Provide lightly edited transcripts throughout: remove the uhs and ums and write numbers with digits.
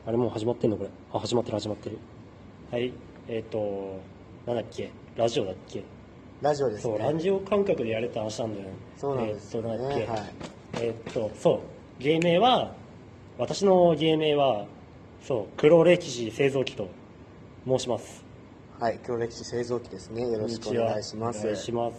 あれもう始まってんのこれ。あ、始まってる始まってる。はい。なんだっけ、ラジオだっけ。 ラジオですね。 そう、ラジオ感覚でやれた話なんだよね。 そうなんですよね。 なんだっけ。 はい。 そう、芸名は、私の芸名は、そう、黒歴史製造機と申します。 はい、黒歴史製造機ですね。よろしくお願いします。 お願いします。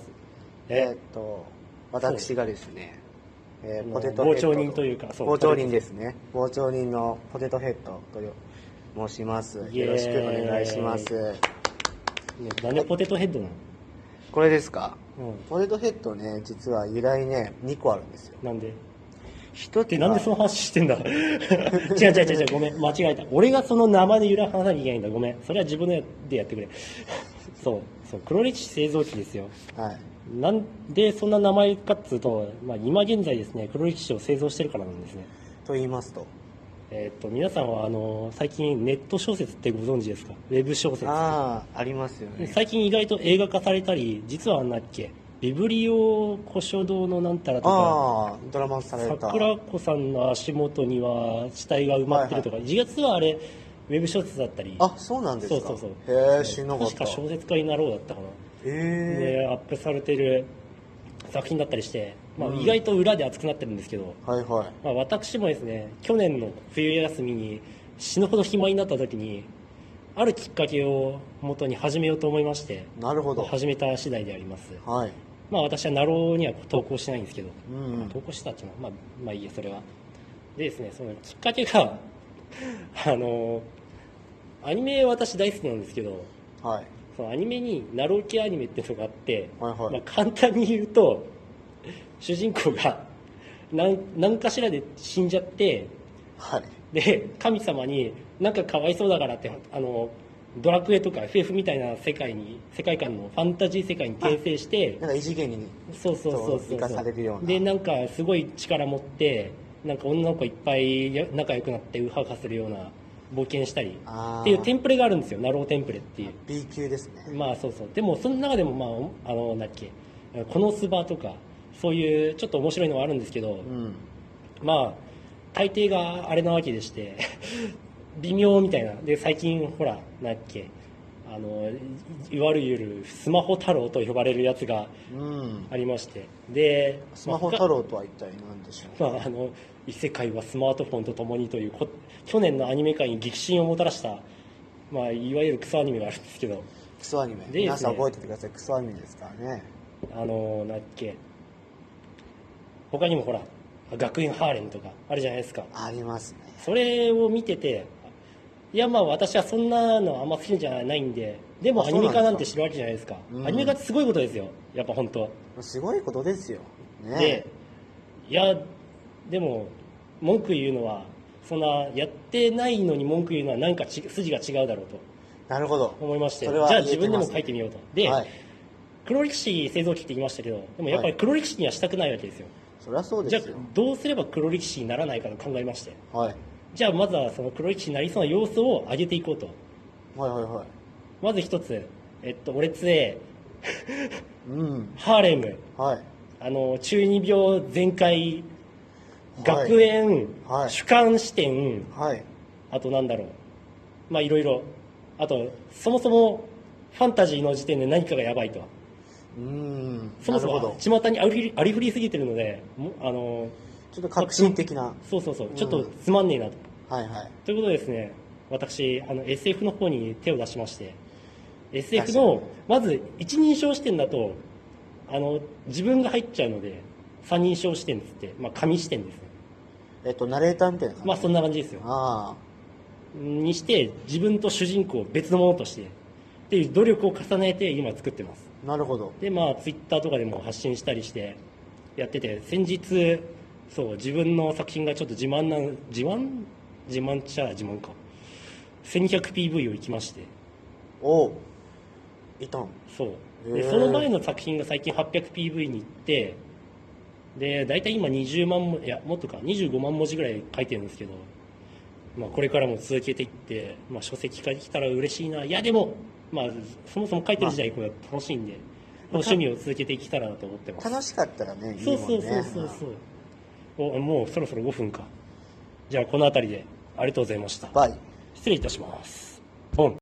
私がですね、ポテトヘッド傍聴人というか、 傍聴人ですね。傍聴人のポテトヘッドと申します。よろしくお願いします。 なんでポテトヘッドなの？ これですか？ うん、 ポテトヘッドね、実は由来ね、2個あるんですよ。 なんで？ 一つなんでその話してんだ違う、ごめん、間違えた。俺がその名前の由来話さなきゃいけないんだ。ごめん。それは自分でやってくれ。そう、黒歴史製造機ですよ。 はい。 なんでそんな名前かっつうと、今現在ですね、黒歴史を製造してるからなんですね。 と言いますと？ 皆さんは最近ネット小説ってご存知ですか？ウェブ小説って。 ありますよね。 最近意外と映画化されたり、実はビブリオ古書堂のなんたらとか、 ドラマされた桜子さんの足元には死体が埋まってるとか、実はあれウェブ小説だったり。 あ、そうなんですか。 そうへえ、知らなかった。 確か小説家になろうだったかな。でアップされてる作品だったりして、意外と裏で熱くなってるんですけど、 はいはい。 私もですね、去年の冬休みに死ぬほど暇になった時にあるきっかけを元に始めようと思いまして、 なるほど。 始めた次第であります。 はい。 私はナローには投稿しないんですけど、投稿してたっていうのはいいや、それは。でですね、そのきっかけがアニメ私大好きなんですけど、 はい。 そのアニメにナロー系アニメっていうのがあって、 はいはい。 簡単に言うと主人公が何かしらで死んじゃって、 はい。 で神様になんかかわいそうだからってドラクエとか FF みたいな世界観のファンタジー世界に転生して、 なんか異次元に生かされるような。 でなんかすごい力持ってなんか女の子いっぱい仲良くなってウハウハするような冒険したりっていうテンプレがあるんですよ。ナローテンプレっていう B 級ですね。 でもその中でもなんだっけ、このスバとかそういうちょっと面白いのはあるんですけど、大抵があれなわけでして微妙みたいな。で最近ほらなんだっけ、いわゆるスマホ太郎と呼ばれるやつがありまして、でスマホ太郎とは一体何でしょう？ 異世界はスマートフォンとともにという去年のアニメ界に激震をもたらした、いわゆるクソアニメがあるんですけど、 クソアニメで、皆さん覚えててください。クソアニメですからね。 なんだっけ、他にもほら学園ハーレムとかあるじゃないですか。 ありますね。 それを見てて、いや私はそんなのあんま好きじゃないんで、でもアニメ化なんて知るわけじゃないですか。アニメ化ってすごいことですよ、やっぱ本当。 すごいことですよ、ね。 でいやでも文句言うのはそんなやってないのに文句言うのはなんか筋が違うだろうと。 なるほど。 思いまして、じゃあ自分でも書いてみようと。で、黒歴史製造機って言いましたけど、でもやっぱり黒歴史にはしたくないわけですよ。 そりゃそうですよ。 じゃあどうすれば黒歴史にならないかと考えまして、じゃあまずはその黒歴史になりそうな要素を上げていこうと。まず一つ、俺つえハーレム、中二病全開、学園、主観視点、あとなんだろう、いろいろ、あとそもそもファンタジーの時点で何かがやばいと。そもそも巷にありふりすぎてるので、 ちょっと革新的な、 ちょっとつまんねえなと。ということでですね、私SF の方に手を出しまして、 SF のまず一人称視点だと自分が入っちゃうので、三人称視点ですって、紙視点ですね。 ナレーターみたいな感じ。 そんな感じですよ。にして自分と主人公を別のものとしてっていう努力を重ねて今作ってます。 なるほど。 でツイッターとかでも発信したりしてやってて、先日自分の作品がちょっと自慢っちゃ自慢か、 1200PV を行きまして。 いたん。 でその前の作品が最近 800PV に行って、で大体今20万ももっとか25万文字ぐらい書いてるんですけど、これからも続けていって、書籍化できたら嬉しいな。いやでもそもそも書いてる時代これ楽しいんで、趣味を続けていけたらなと思ってます。 楽しかったらね、いいもんね。 もうそろそろ5分か。じゃあこの辺りでありがとうございました。 バイ。 失礼いたします。ボン。